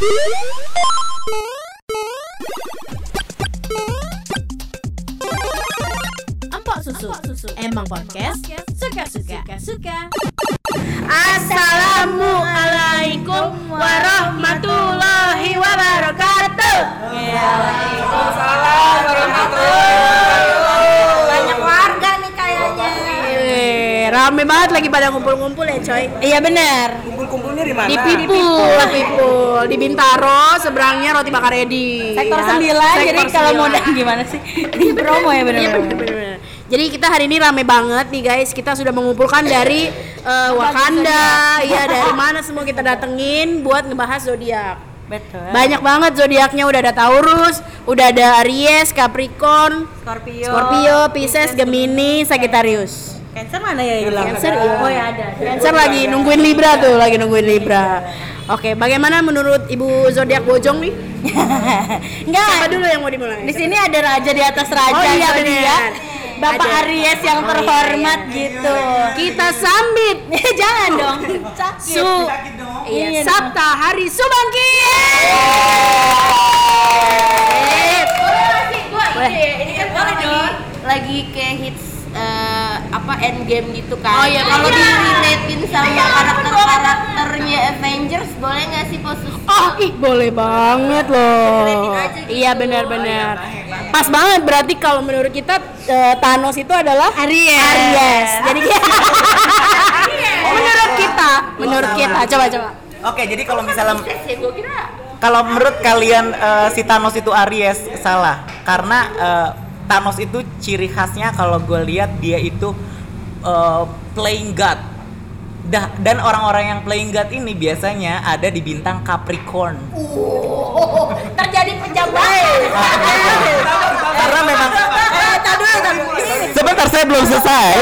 Empok susu. Emang podcast suka. Assalamualaikum warahmatullahi wabarakatuh. Waalaikumsalam warahmatullahi wabarakatuh. Banyak warga nih kayaknya. Rame banget lagi pada ngumpul-ngumpul ya coy. Iya benar. Kumpul-kumpulnya di mana? Di Pipul. Di Bintaro, seberangnya Roti Bakar Edi. Sektor Ya. 9. Jadi Sektor kalau 9. mau gimana sih? Di promo ya benar. Iya bener. Jadi kita hari ini rame banget nih guys. Kita sudah mengumpulkan dari Wakanda, ya dari mana semua kita datengin buat ngebahas zodiak. Betul. Banyak banget zodiaknya, udah ada Taurus, udah ada Aries, Capricorn, Scorpio, Pisces, Gemini, Sagittarius. Cancer mana ya hilang? Cancer iya. Oh ya ada. Cancer lagi nungguin Libra tuh, Oke, bagaimana menurut Ibu zodiak Bojong nih? Enggak. Siapa dulu yang mau dimulai? Di sini ada raja di atas raja. Oh iya zodiak. benar. Bapak Ada. Aries yang terhormat gitu. Kita sambit Jangan dong. Sakit. Iya, Sabta Hari Subangkit. Ini kan lagi kayak hits endgame gitu kan. Oh iya, kalau iya. di-relatein sama karakternya Avengers, boleh nggak sih posisi? Boleh banget loh. aja gitu. Iya benar-benar. Pas banget berarti kalau menurut kita Thanos itu adalah Aries. Jadi menurut kita coba. Oke, jadi kalau misalnya kalau menurut kalian si Thanos itu Aries, salah. Karena Thanos itu ciri khasnya kalau gue lihat dia itu playing God. Dan orang-orang yang playing God ini biasanya ada di bintang Capricorn. Terjadi penjabaran. Karena memang sebentar, saya belum selesai.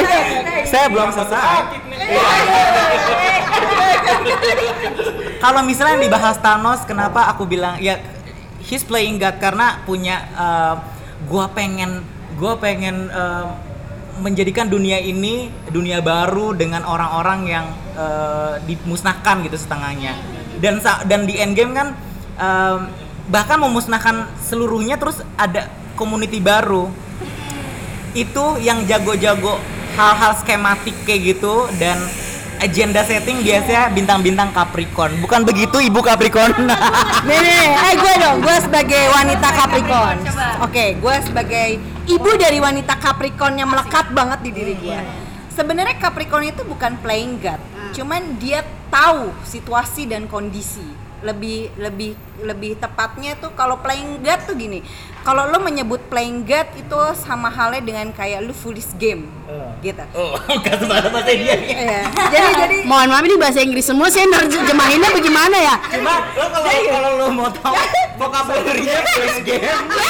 Kalau misalnya dibahas Thanos, kenapa aku bilang ya he's playing God, karena punya gua pengen menjadikan dunia ini dunia baru dengan orang-orang yang dimusnahkan gitu setengahnya. Dan di Endgame kan bahkan memusnahkan seluruhnya, terus ada community baru. Itu yang jago-jago hal-hal skematik kayak gitu dan agenda setting biasanya bintang-bintang Capricorn. Bukan begitu Ibu Capricorn? Gue sebagai wanita Capricorn. Oke, gue sebagai ibu dari wanita Capricorn yang melekat banget di diri gue. Sebenarnya Capricorn itu bukan playing God, cuman dia tahu situasi dan kondisi. Lebih tepatnya tuh kalau playing God tuh gini. Kalau lo menyebut playing God itu sama halnya dengan kayak lo foolish game, gitu. Enggak sembarang bahasa dia. Iya. Jadi Mohon maaf ini bahasa Inggris semua, saya nerjemahinnya bagaimana ya? Cuma lo kalau lo mau tahu vocabulary-nya first game.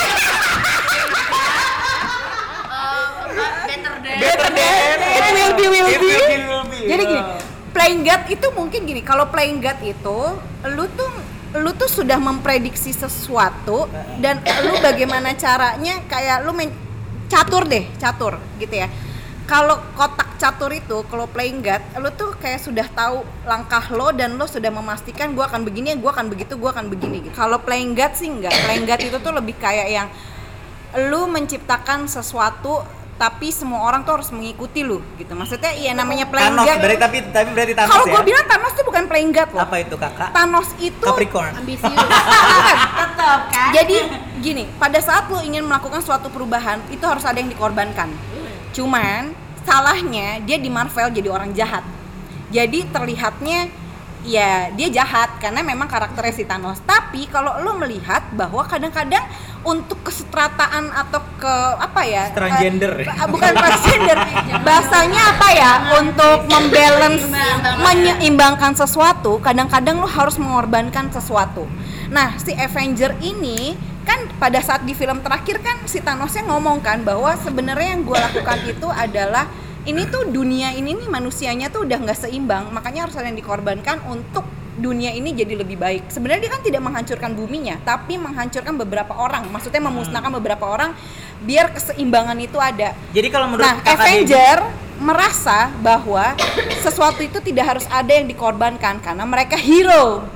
Better than. It will be. Jadi gini, playing God itu mungkin gini, kalau playing God itu lu tuh sudah memprediksi sesuatu dan lu bagaimana caranya kayak lu catur gitu ya. Kalau kotak catur itu, kalau playing God, lu tuh kayak sudah tahu langkah lo dan lo sudah memastikan gua akan begini, gua akan begitu, gua akan begini gitu. Kalau playing God sih enggak. Playing God itu tuh lebih kayak yang lu menciptakan sesuatu tapi semua orang tuh harus mengikuti lu gitu. Maksudnya iya namanya playing Thanos, God. tapi berarti Thanos Kalau ya. gue bilang Thanos tuh bukan playing God loh. Apa itu kakak? Thanos itu Capricorn. Ambisius. tetap kan. Jadi gini, pada saat lo ingin melakukan suatu perubahan itu harus ada yang dikorbankan. Cuman salahnya dia di Marvel jadi orang jahat. Jadi terlihatnya ya dia jahat karena memang karakternya si Thanos. Tapi kalau lo melihat bahwa kadang-kadang untuk kesetaraan atau ke apa ya? Transgender. Bukan transgender. Bahasanya apa ya? Untuk membalance, menyeimbangkan sesuatu, kadang-kadang lo harus mengorbankan sesuatu. Nah, si Avenger ini kan pada saat di film terakhir kan si Thanosnya ngomong kan bahwa sebenarnya yang gue lakukan itu adalah ini tuh dunia ini nih manusianya tuh udah nggak seimbang, makanya harus ada yang dikorbankan untuk dunia ini jadi lebih baik. Sebenarnya dia kan tidak menghancurkan buminya, tapi menghancurkan beberapa orang. Maksudnya memusnahkan beberapa orang biar keseimbangan itu ada. Jadi kalau menurut Avenger merasa bahwa sesuatu itu tidak harus ada yang dikorbankan karena mereka hero.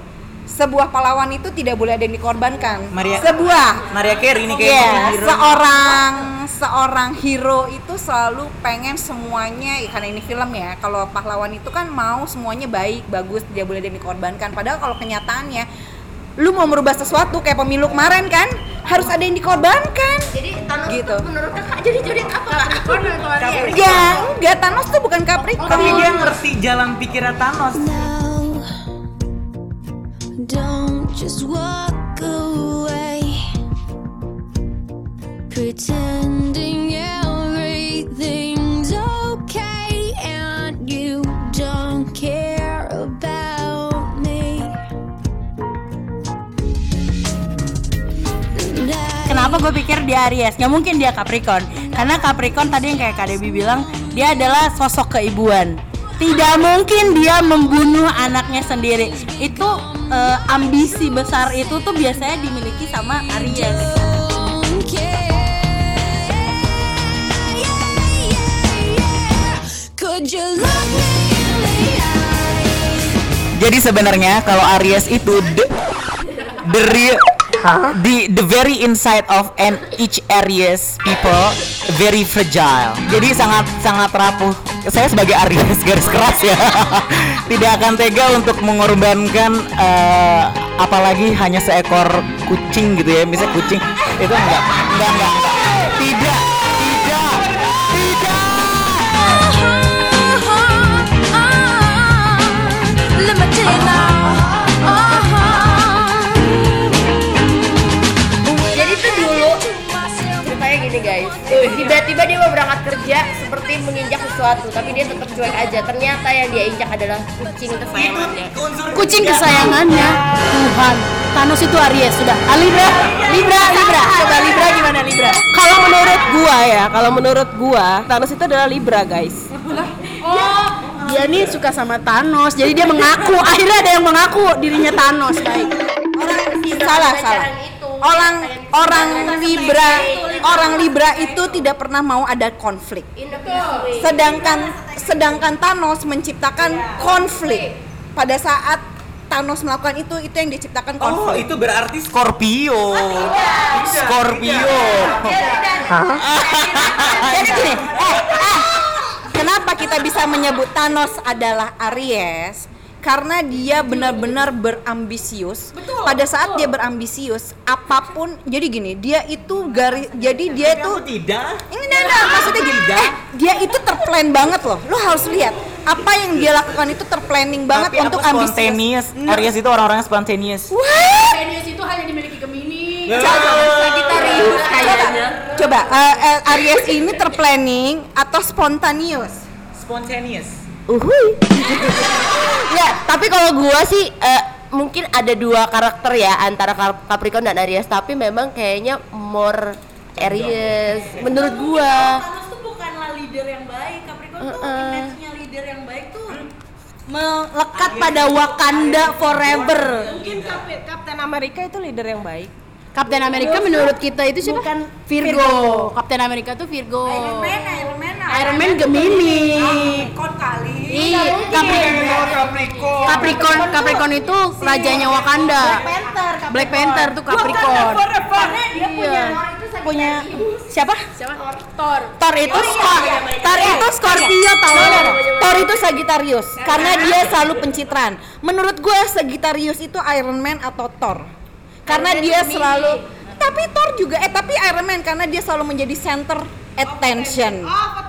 sebuah pahlawan itu tidak boleh ada yang dikorbankan. Maria Carey ini kayak seorang hero itu selalu pengen semuanya, karena ini film ya, kalau pahlawan itu kan mau semuanya baik, bagus, tidak boleh ada yang dikorbankan. Padahal kalau kenyataannya lu mau merubah sesuatu kayak pemilu kemarin kan, harus ada yang dikorbankan. Jadi Thanos gitu. tuh menurut kakak jadi zodiak apa? Capricorn atau Aries? Ya, enggak, Thanos tuh bukan Capricorn. Tapi dia ngerti jalan pikiran Thanos. No, don't just walk away, pretending everything's okay and you don't care about me. Kenapa gue pikir dia Aries? Nggak mungkin dia Capricorn. Karena Capricorn tadi yang kayak Kak Debbie bilang, dia adalah sosok keibuan. Tidak mungkin dia membunuh anaknya sendiri. Itu ambisi besar itu tuh biasanya dimiliki sama Aries. Don't care. Could you look me in the eye? Jadi sebenarnya kalau Aries itu the very inside of each Aries people very fragile. Jadi sangat rapuh. Saya sebagai Aries garis keras ya, tidak akan tega untuk mengorbankan apalagi hanya seekor kucing gitu ya. Misalnya kucing itu enggak. Tidak. Let me tell you now. Jadi tuh dulu ceritanya gini guys, tiba-tiba dia mau berangkat kerja seperti menginjak sesuatu, tapi dia tetap cuek aja. Ternyata yang dia injak adalah kucing kesayangannya. Kucing kesayangannya. Tuhan, Thanos itu Aries sudah. Libra. Coba Libra gimana Libra? Kalau menurut gua, Thanos itu adalah Libra, guys. Dia nih suka sama Thanos, jadi dia mengaku. Akhirnya ada yang mengaku dirinya Thanos. Baik. Salah. Orang Libra itu tidak pernah mau ada konflik. Sedangkan Thanos menciptakan konflik. Pada saat Thanos melakukan itu yang diciptakan konflik. Oh, itu berarti Scorpio. Jadi gini, kenapa kita bisa menyebut Thanos adalah Aries? Karena dia benar-benar berambisius. Pada saat dia berambisius, apapun, jadi gini, dia itu tidak. Ini enggak, maksudnya gini, dia itu terplan banget loh. Lo harus lihat apa yang dia lakukan itu terplanning banget. Tapi untuk aku ambisius. spontaneous. Aries itu orang-orangnya spontaneous. Genius itu hanya dimiliki Gemini. Sagittarius kayaknya. Coba, Aries ini terplanning atau spontaneous? Spontaneous. Ya, tapi kalau gua sih mungkin ada dua karakter ya antara Capricorn dan Aries, tapi memang kayaknya more Aries menurut gua. Thanos tuh bukanlah leader yang baik. Capricorn tuh image-nya leader yang baik tuh melekat pada Wakanda forever. Mungkin Captain America itu leader yang baik. Captain America menurut kita itu siapa? Bukan Virgo. Captain America tuh Virgo. Iron Man Gemini. Iya, Capricorn itu rajanya Wakanda. Black Panther tuh Capricorn. Dia punya siapa? Thor itu Scorpio tahu. Thor itu Sagittarius karena dia selalu pencitraan. Menurut gue Sagittarius itu Iron Man atau Thor. Karena dia selalu, tapi Thor juga, tapi Iron Man karena dia selalu menjadi center attention.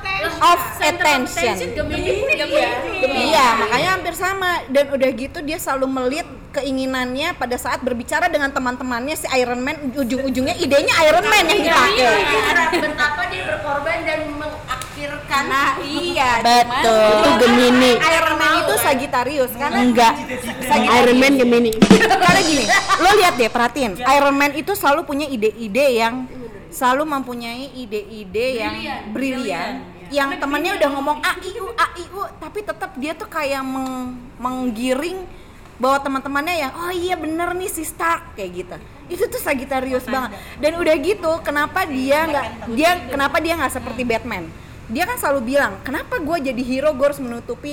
Iya, makanya hampir sama. Dan udah gitu dia selalu melit keinginannya pada saat berbicara dengan teman-temannya si Iron Man, ujung-ujungnya idenya Iron Man yang dipakai. Betapa dia berkorban dan mengakhirkan. Nah, iya. Betul. Itu Gemini. Iron Man itu Sagittarius karena Enggak. Iron Man Gemini. karena gini, lo lihat deh, perhatiin. Iron Man itu selalu punya ide-ide yang selalu mempunyai ide-ide yang brilian. Yang temannya udah ngomong AIU, tapi tetap dia tuh kayak menggiring bahwa teman-temannya yang oh iya bener nih si Stark kayak gitu. Itu tuh Sagittarius banget. Dan udah gitu, kenapa dia nggak seperti Batman? Dia kan selalu bilang, kenapa gue jadi hero gue harus menutupi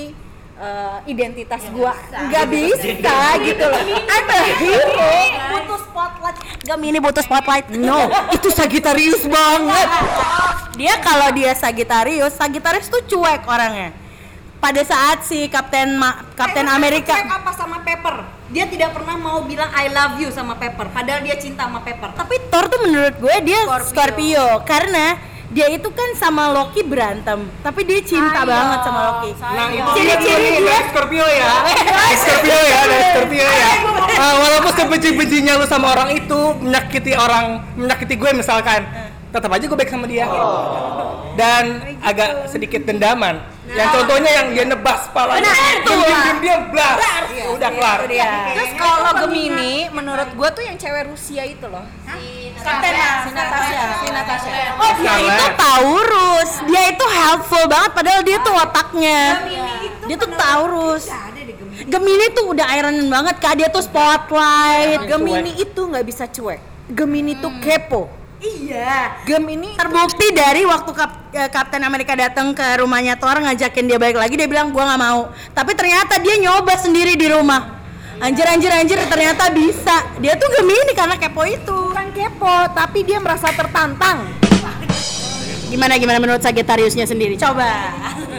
identitas gua nggak bisa gitu loh. I'm a hero. Butuh spotlight. Gemini butuh spotlight. No, itu Sagittarius banget. Dia kalau dia Sagittarius tuh cuek orangnya. Pada saat si Kapten Amerika Cuek apa sama Pepper? Dia tidak pernah mau bilang I love you sama Pepper, padahal dia cinta sama Pepper. tapi Thor tuh menurut gue dia Scorpio karena dia itu kan sama Loki berantem, tapi dia cinta banget sama Loki. Nah itu Ciri-ciri dia Scorpio ya. Scorpio ya, Scorpio ya. Walaupun sebenci-bencinya lu sama orang itu menyakiti gue misalkan, tetap aja gue baik sama dia. Dan agak sedikit dendaman. Yang contohnya yang dia nebas palanya. Diam blas. Udah kelar. Terus kalau Gemini, menurut gua tuh yang cewek Rusia itu loh. Kapten Si Natasha. Oh dia itu Taurus, dia itu helpful banget padahal dia tuh otaknya. Dia tuh Taurus. Gemini tuh udah Iron Man banget kak, dia tuh spotlight. Gemini itu nggak bisa cuek. Gemini tuh kepo. Iya. Gemini Terbukti dari waktu Kapten Amerika datang ke rumahnya Thor ngajakin dia balik lagi, dia bilang gua nggak mau. Tapi ternyata dia nyoba sendiri di rumah. Anjir ternyata bisa. Dia tuh Gemini karena kepo itu. bukan kepo, tapi dia merasa tertantang. Gimana menurut Sagittariusnya sendiri? Coba.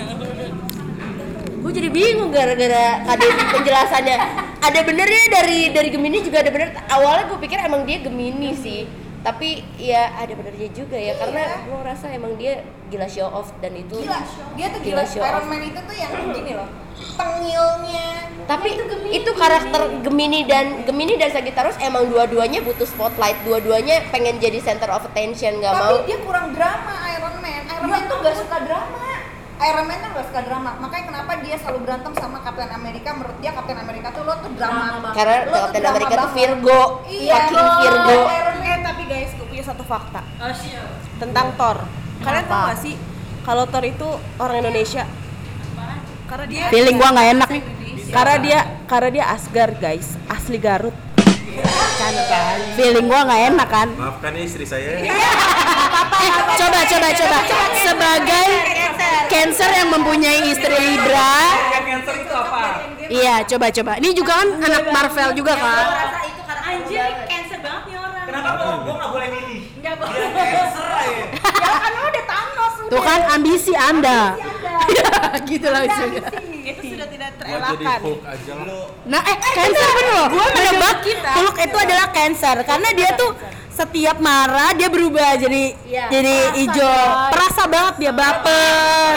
Gue jadi bingung gara-gara ada penjelasannya. Ada benernya dari Gemini juga ada bener. Awalnya gue pikir emang dia Gemini sih, tapi ya ada benernya juga ya, karena gue rasa emang dia gila show off dan itu Dia tuh gila show Iron off. Man itu tuh yang gini loh, tengilnya. Tapi itu karakter Gemini dan Sagittarius emang dua-duanya butuh spotlight, dua-duanya pengen jadi center of attention, nggak mau. Tapi dia kurang drama Iron Man. Iron Man tuh gak suka drama. Iron Man tuh gak suka drama. Makanya kenapa dia selalu berantem sama Captain America? Menurut dia Captain America tuh lo tuh drama. Karena Lo tuh Captain drama America tuh banget. Virgo, Iya. fucking Virgo. Iron Man Tapi guys, gue punya satu fakta tentang Thor. Kalian tahu gak sih kalau Thor itu orang Indonesia? Karena dia Feeling gua nggak enak nih. karena dia Asgard guys, asli Garut. Feeling gua nggak enak kan? Maafkan ya istri saya. Coba. Sebagai Cancer yang mempunyai istri Libra. Cancer itu apa? Iya, coba. Ini juga kan anak Marvel juga kan? Anjir, Cancer banget nih orang. Kenapa gua nggak boleh milih? Enggak boleh. Cancer aja. Tuh kan ambisi Anda. Gitu langsung. Itu sudah tidak Gua jadi terelakkan. Hulk aja lah. Nah, Cancer bener loh. Menebak Hulk itu adalah Cancer karena dia tuh setiap marah dia berubah jadi hijau. Perasa banget dia baper,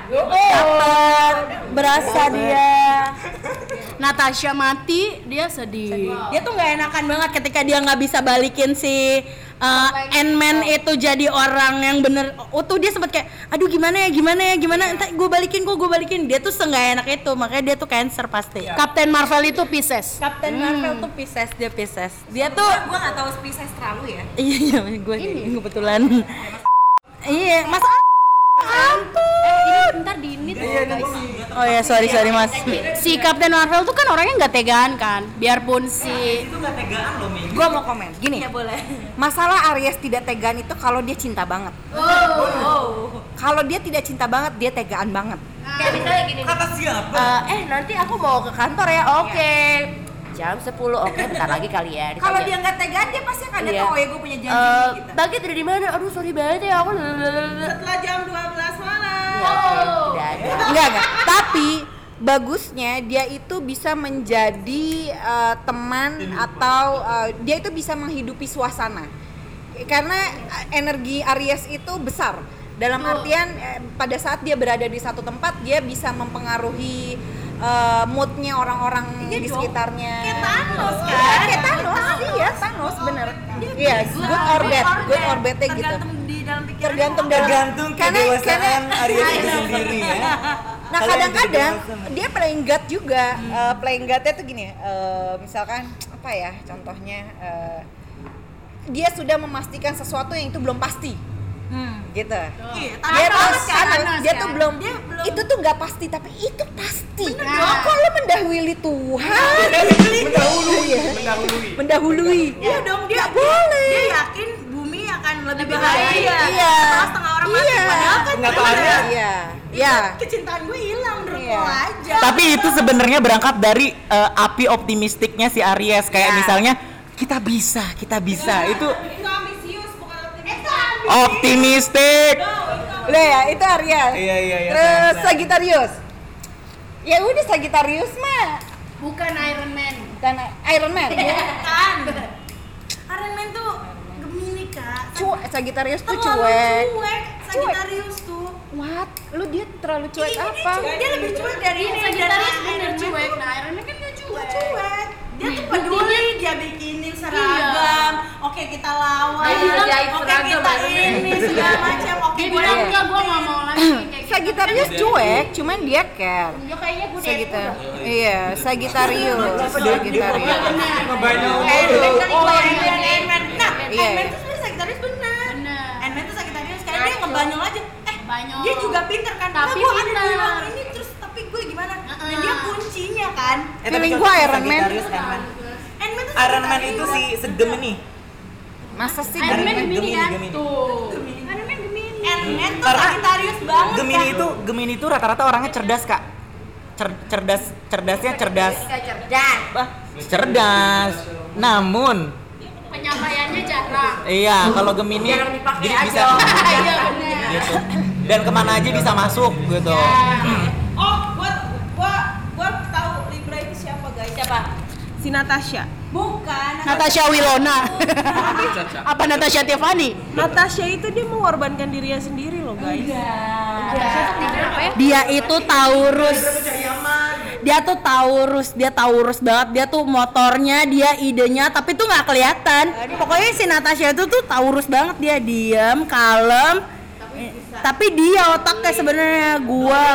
berasa dia. Natasha mati, dia sedih. Dia tuh nggak enakan banget ketika dia nggak bisa balikin si Ant-Man itu jadi orang yang bener utuh. Dia sempet kayak, aduh gimana ya, entar gue balikin. Dia tuh nggak enak itu, makanya dia tuh Cancer pasti. Captain Marvel itu Pisces. Captain Marvel tuh Pisces, dia Pisces. Dia tuh Gue nggak tahu Pisces terlalu ya. Iya, gue kebetulan. Iya, Mas. Bentar dinit Oh ya, sorry Mas. Si Captain Marvel tuh kan orangnya nggak tegaan kan, biarpun si Itu gak tegaan loh, Ming. Gua mau komen. Gini. Iya, boleh. Masalah Aries tidak tegaan itu kalau dia cinta banget. Kalau dia tidak cinta banget, dia tegaan banget. kayak misalnya gini nih, Kata siapa? nanti aku mau ke kantor ya, oke jam 10, oke bentar lagi kali ya. Kalau Ditanya, dia nggak tegaan, dia pasti akan Iya. datang. Oh ya, gue punya janji gitu. Bagit dari mana? Aduh sorry banget ya aku. Setelah jam 12 malam. Ya, oke, tidak ada. Enggak. Tapi bagusnya dia itu bisa menjadi teman atau dia itu bisa menghidupi suasana. Karena energi Aries itu besar. Dalam artian pada saat dia berada di satu tempat, dia bisa mempengaruhi moodnya orang-orang di sekitarnya. Kayak Thanos kan? Kayak Thanos, iya Thanos bener. Iya, good or bad-nya gitu. Tergantung kedewasaan Aries itu sendiri ya. Nah Kalau kadang-kadang yang kedewasaan. dia playing God juga. Playing God-nya tuh gini, misalkan apa ya contohnya, dia sudah memastikan sesuatu yang itu belum pasti. Gitu. Dia tuh belum. Itu tuh nggak pasti, tapi itu pasti. Kok lo mendahului Tuhan? Mendahului. Iya dong, dia boleh. Dia yakin bumi akan lebih bahagia. Iya. Setelah setengah orang mati, padahal kan Kenyataannya Iya. kecintaan gue hilang menurut Iya. aja. Tapi itu sebenarnya berangkat dari api optimistiknya si Aries, kayak misalnya kita bisa. Itu optimistik. Udah ya, itu Aries. Iya. Terus Sagittarius. Ya udah Sagittarius mah Bukan Iron Man. bukan Iron Man. Iron Man tuh Gemini Kak. Sagittarius tuh Terlalu cuek. Sagittarius tuh. What? Lu dia terlalu cuek apa? Dia lebih cuek dari ini. Sagittarius bener cuek. Nah, Iron Man kan gak cuek. Dia tuh peduli, dia bikinin seragam. Oke, kita lawan. Dia ngerjain Oke, seragam, kita Iron Man. ini segala macam. Oke, Dia gue bilang enggak, gue gak mau lagi kayak gitu. Sagittarius cuek, cuman dia care. Ya kayaknya gue Sagittarius. Iya, Sagittarius. Sagittarius. Iron Man. Nah, Iya. Iron Man tuh sebenarnya Sagittarius benar. Iron Man tuh Sagittarius karena dia ngebanyol aja. Banyol. Dia juga pinter kan. Tapi gue ada di pinter. ruang ini terus tapi gue gimana? Dan dia kuncinya kan. Feeling gua Iron Man. Iron Man itu si Gemini. Masa sih Iron Man Gemini, Gemini kan? Gemini. Tuh. Iron Man Gemini. Iron Man tuh Karena Sagittarius banget. Gemini itu rata-rata orangnya cerdas, Kak. Cerdasnya cerdas. Cerdas. Namun Penyampaiannya jarang. iya, kalau Gemini jadi bisa Iya bener. gitu. Dan kemana aja bisa masuk gitu. Oh, gua tahu Libra itu siapa, guys? Siapa? Si Natasha. Bukan. Natasha Wilona. Apa Natasha Tiffany? Natasha itu dia mengorbankan dirinya sendiri loh guys. Dia itu Taurus. Dia Taurus banget. Dia tuh motornya, dia idenya, tapi tuh nggak kelihatan. Pokoknya si Natasha itu tuh Taurus banget, dia diam, kalem. Tapi dia otaknya sebenarnya gua.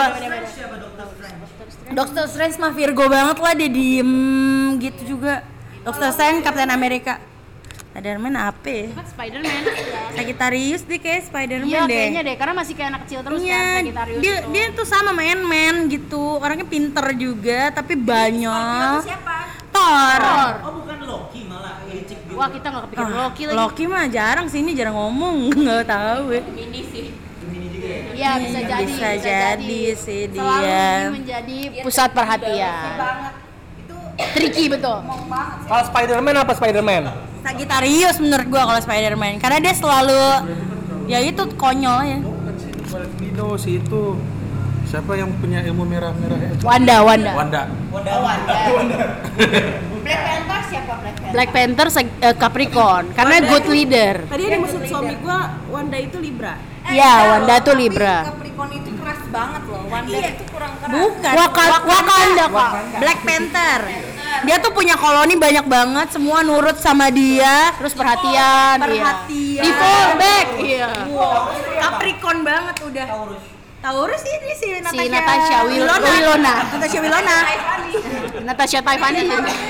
Doctor Strange mah Virgo banget lah, dia diem gitu juga. Doctor Strange Captain America. Spiderman apa ya? Spiderman. Sagittarius deh kayak Spiderman Iya deh. kayaknya deh, karena masih kayak anak kecil terus Iya, kan Sagittarius dia tuh. dia tuh sama man gitu, orangnya pinter juga tapi banyak. Thor. Oh, bukan Loki malah licik gitu. Wah kita nggak kepikiran Loki lagi. Loki mah jarang sih, ini jarang ngomong, nggak tahu. Ini sih. Iya bisa jadi. Bisa jadi sih Selalu dia. ingin menjadi pusat perhatian. Tricky betul. Kalau Spider-Man apa Spider-Man? Sagittarius menurut gua kalau Spider-Man, karena dia selalu ya itu konyol ya. Dino si itu siapa yang punya ilmu merah-merah itu? Wanda. Wanda. Black Panther siapa Black Panther Capricorn karena good leader. Tadi ada maksud suami gua Wanda itu Libra. Iya, Wanda tuh Libra. Capricorn itu keras banget loh. Wanda itu kurang keras. Bukan. Wakanda Kak. Black Panther. Dia tuh punya koloni banyak banget, semua nurut sama dia. Terus perhatian. Perhatian. Di fallback. Iya. Capricorn banget udah. Taurus ini si Natasha Wilona. Natasha Tiffany.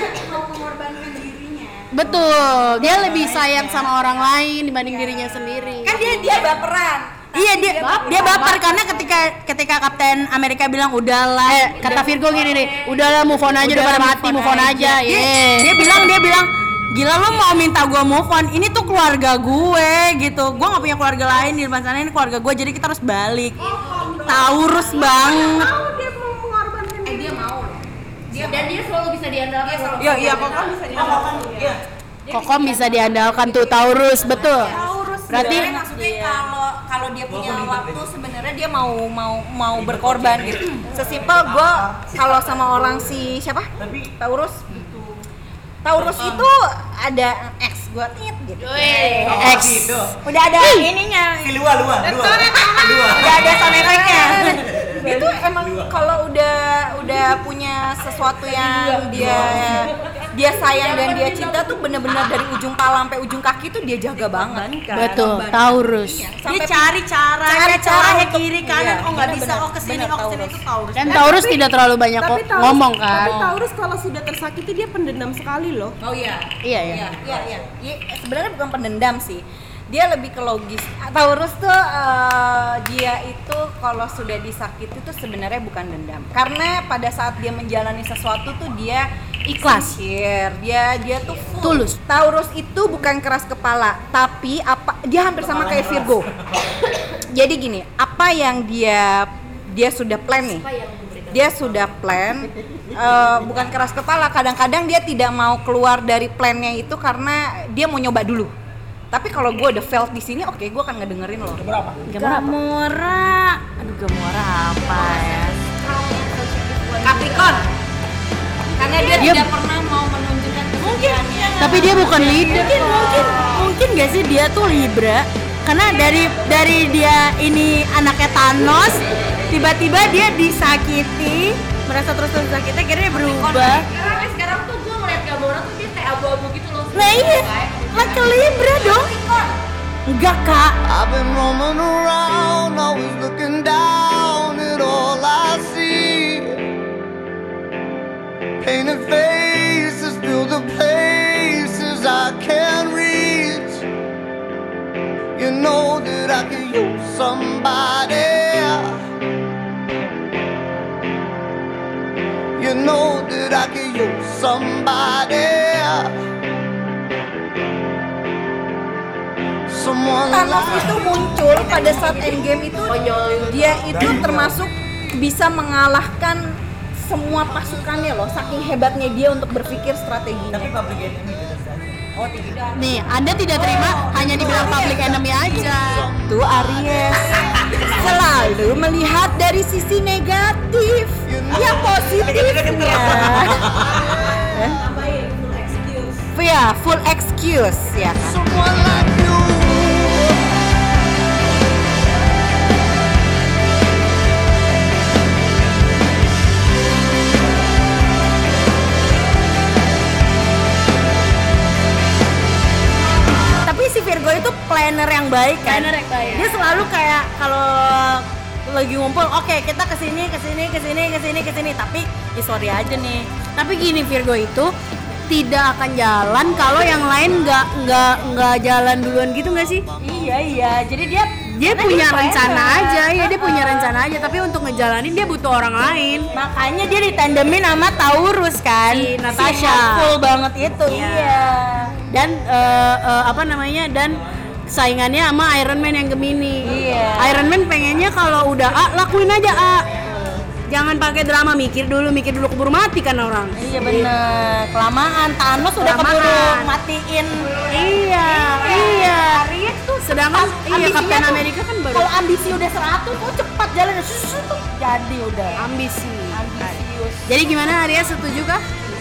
Betul, dia lebih sayang sama orang lain dibanding dirinya sendiri. Kan dia baperan. Iya dia baper karena ketika Kapten Amerika bilang udahlah, Kata Virgo gini nih, udahlah move on aja, udah pada mati, move on aja. Dia bilang gila lo mau minta gue move on, ini tuh keluarga gue gitu, gue nggak punya keluarga lain di depan sana, ini keluarga gue, jadi kita harus balik. Taurus banget. Dia mau. Dan dia selalu bisa diandalkan. Iya, Kokom bisa diandalkan. Kokom bisa diandalkan tuh Taurus, betul. Berarti Maksudnya kalau dia punya waktu sebenarnya dia mau berkorban gitu. Sesimpel gue kalau sama orang si siapa? Taurus itu ada X gue tit gitu. X. Udah ada ininya. Lua. Udah ada sound effect-nya. Itu emang kalau udah punya sesuatu yang dia sayang dan dia cinta tuh bener-bener dari ujung kepala sampai ujung kaki tuh dia jaga banget. betul, Taurus. Dia cari caranya untuk- kiri kanan, iya, nggak bisa, bener-bener. kesini Bener, itu Taurus. Dan Taurus tidak terlalu banyak Tapi Taurus, ngomong kan. Tapi Taurus kalau sudah tersakiti dia pendendam sekali loh. Oh iya. Iya. Iya. Sebenarnya bukan pendendam sih. Dia lebih ke logis. Taurus tuh dia itu kalau sudah disakiti tuh sebenarnya bukan dendam. Karena pada saat dia menjalani sesuatu tuh dia Ikhlas. sincere. Dia tuh full. Tulus. Taurus itu bukan keras kepala, tapi dia hampir sama kayak Virgo. Jadi gini, apa yang dia sudah plan nih. dia sudah plan, bukan keras kepala, kadang-kadang dia tidak mau keluar dari plannya itu karena dia mau nyoba dulu. Tapi kalau gue udah failed di sini, oke, gue akan ngedengerin lo. Gamora. Aduh, Gamora apa ya? Capricorn. Karena dia tidak pernah mau menunjukkan kesetiaannya. Tapi dia bukan leader. Mungkin gak sih dia tuh Libra? Karena dari dia ini anaknya Thanos, tiba-tiba dia disakiti, merasa terus disakiti, akhirnya dia berubah. Sekarang tuh gue ngeliat Gamora tuh dia kayak abu-abu gitu loh. Nah iya, lah ke Libra dong. Enggak, Kak. I've been roaming around, always looking down at all I see. Painted faces fill the places I can't reach. You know that I could use somebody. You know that I could use somebody. Someone Thanos itu muncul pada saat Endgame itu, dia itu termasuk bisa mengalahkan semua pasukannya loh, saking hebatnya dia untuk berpikir strateginya. Tapi public enemy itu saja. Oh tidak. Nih, Anda tidak terima hanya dibilang public enemy aja. Tuh Aries selalu melihat dari sisi negatif, yang positifnya. Ya, full excuse ya kan. someone like you. Tapi si Virgo itu planner yang baik kan? Planner yang baik. Dia selalu kayak kalau lagi ngumpul, oke, kita kesini, tapi sorry aja nih. Tapi gini, Virgo itu tidak akan jalan kalau yang lain nggak jalan duluan gitu nggak sih? Iya. Jadi Dia punya rencana aja, ya dia punya rencana aja, tapi untuk ngejalanin dia butuh orang lain. makanya dia ditandemin sama Taurus kan. Si Natasha. Full banget itu. Iya. Dan dan saingannya sama Iron Man yang Gemini. Iya. Iron Man pengennya kalau udah A, lakuin aja A. Jangan pakai drama, mikir dulu keburu mati kan orang. Iya bener, kelamaan. Thanos udah keburu matiin. Iya. Aries tuh Sedangkan ambisinya Captain tuh, America kan baru kalau ambisi udah 100 tuh cepat jalannya tuh jadi udah ambisi. ambisius. Jadi gimana, Aries, setuju kah?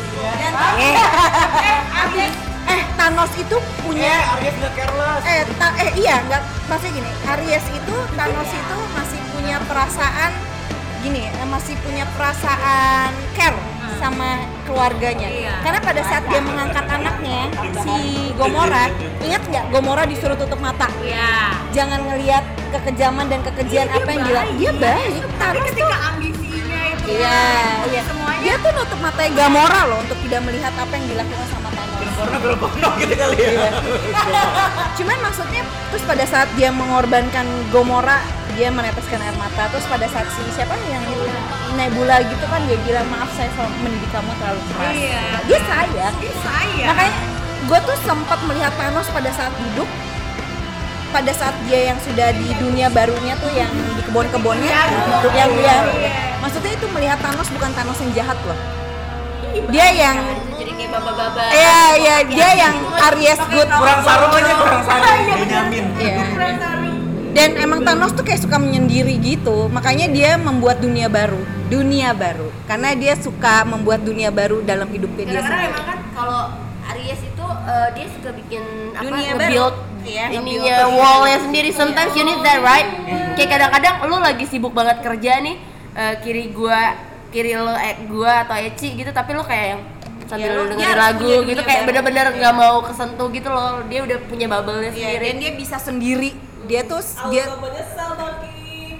Thanos itu punya Aries nggak careless. iya, nggak, maksudnya gini, Aries itu, Thanos itu masih punya perasaan gini, masih punya perasaan care sama keluarganya. Karena pada saat dia mengangkat anaknya, si Gamora, ingat nggak Gamora disuruh tutup mata? Iya. Jangan ngelihat kekejaman dan kekejian apa yang dia baik. Thanos tuh ambisinya itu iya. Dia tuh nutup matanya Gamora loh untuk tidak melihat apa yang dilakukan sama Thanos. Karena berokono gitu kali ya. Cuman maksudnya terus pada saat dia mengorbankan Gamora, dia meneteskan air mata. Terus pada saat siapa yang itu Nebula gitu kan, dia bilang maaf saya mendidik kamu terlalu keras. Dia sayang. Makanya gue tuh sempat melihat Thanos pada saat duduk, pada saat dia yang sudah di dunia barunya tuh yang di kebun-kebunnya, yang dia maksudnya itu melihat Thanos bukan Thanos yang jahat loh. Dia yang Jadi kayak baba-baba. iya, dia yang Aries good. Kurang sarung aja, kurang sarung. Benyamin. Iya. Dan emang Thanos tuh kayak suka menyendiri gitu, makanya dia membuat dunia baru, karena dia suka membuat dunia baru dalam hidupnya dia Karena sendiri. emang kan kalau Aries itu dia suka bikin Dunia nge-build baru. Iya, ininya wallnya sendiri. Sometimes you need that, right? Kayak kadang-kadang lu lagi sibuk banget kerja nih, kiri lo gua atau Eci gitu, tapi lu kayak yang sambil dengerin lagu gitu, kayak bener-bener nggak mau kesentuh gitu loh. Dia udah punya bubble-nya Iya, sendiri. dan dia bisa sendiri. Dia menyesal Baki.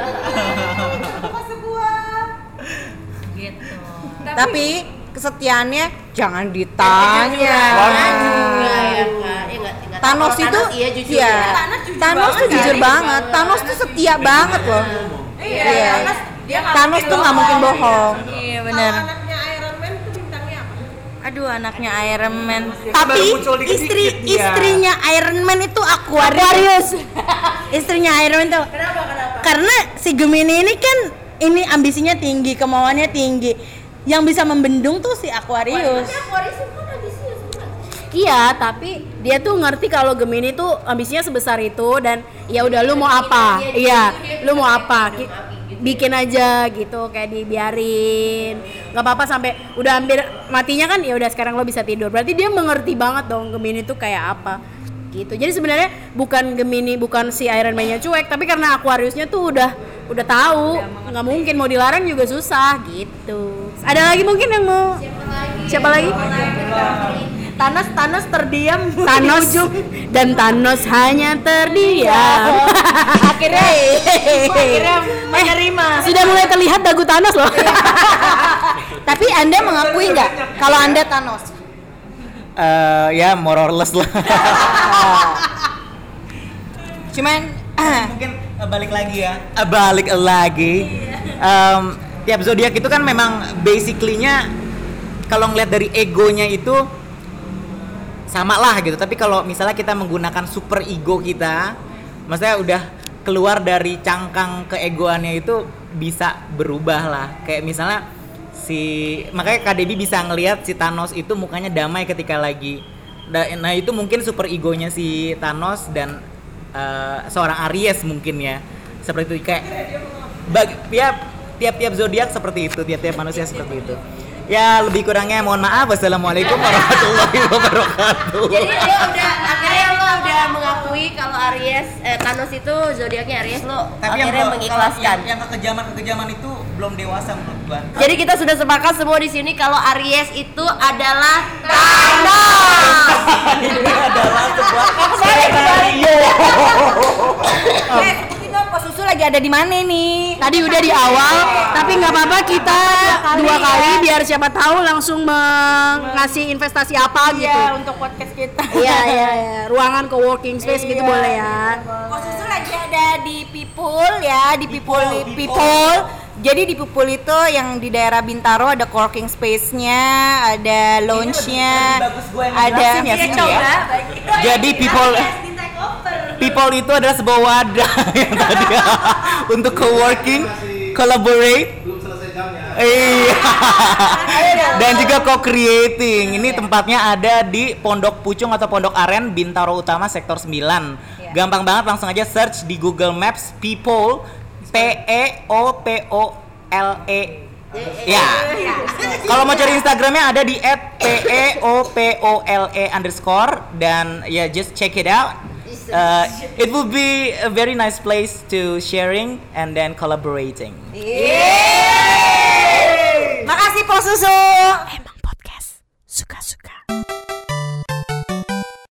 Gitu. tapi kesetiaannya jangan ditanya. Thanos itu Thanos tuh jujur banget. Thanos tuh setia banget loh. Iya. Thanos tuh nggak mungkin bohong. Iya benar. Anaknya Iron Man itu bintangnya apa? Aduh, anaknya Iron Man. Baru muncul dikit-dikit dia. Istrinya Iron Man itu Aquarius. Istrinya Iron Man tuh. Kenapa? Karena si Gemini ini kan ini ambisinya tinggi, kemauannya tinggi. Yang bisa membendung tuh si Aquarius. Iya, tapi dia tuh ngerti kalau Gemini tuh ambisinya sebesar itu dan ya udah lu mau apa? Iya, lu mau apa? Bikin aja gitu, kayak dibiarin. Gak apa-apa sampai udah hampir matinya kan, ya udah sekarang lo bisa tidur. Berarti dia mengerti banget dong Gemini tuh kayak apa. Gitu. Jadi sebenarnya bukan Gemini, bukan si Iron Man-nya cuek, tapi karena Aquarius-nya tuh udah tahu, nggak mungkin mau dilarang juga susah gitu. Ada lagi mungkin yang mau? Siapa lagi? Thanos terdiam Thanos dan Thanos hanya terdiam. akhirnya menerima. Sudah mulai terlihat dagu Thanos loh. Tapi Anda mengakui nggak kalau Anda Thanos? Ya more or less lah. Cuman mungkin balik lagi. Tiap zodiak itu kan memang basically-nya kalau ngeliat dari egonya itu sama lah gitu. Tapi kalau misalnya kita menggunakan super ego kita, maksudnya udah keluar dari cangkang keegoannya itu bisa berubah lah. Kayak misalnya makanya Kak Debbie bisa ngelihat si Thanos itu mukanya damai ketika lagi. Nah itu mungkin super egonya si Thanos dan seorang Aries mungkin ya. Seperti itu kayak tiap zodiak seperti itu, tiap manusia seperti itu. Ya lebih kurangnya mohon maaf. Wassalamualaikum warahmatullahi wabarakatuh. Jadi akhirnya lo udah mengakui kalau Thanos itu zodiaknya Aries, lo tapi akhirnya mengikhlaskan. Yang kekejaman itu belum dewasa menurut gua. Jadi kita sudah sepakat semua di sini kalau Aries itu adalah Thanos. Ini adalah sebuah skenario. Pos susu lagi ada di mana nih? tadi udah di awal, tapi nggak apa-apa kita dua kali biar siapa tahu langsung ngasih investasi apa gitu. Iya, untuk podcast kita. Iya. Ruangan co-working space gitu boleh ya. Pos susu lagi ada di People ya, di People. Jadi di People itu yang di daerah Bintaro ada co-working space-nya, ada lounge-nya, ada Jadi People itu adalah sebuah wadah yang tadi untuk co-working, collaborate. Belum selesai jamnya. Iya. Dan juga co-creating. Ini tempatnya ada di Pondok Pucung atau Pondok Aren, Bintaro Utama, Sektor 9. Gampang banget, langsung aja search di Google Maps People, PEOPOLE. Ya. Kalau mau cari Instagramnya ada di @PEOPOLE_ dan ya just check it out. It will be a very nice place to sharing and then collaborating. Makasih Pos Susu.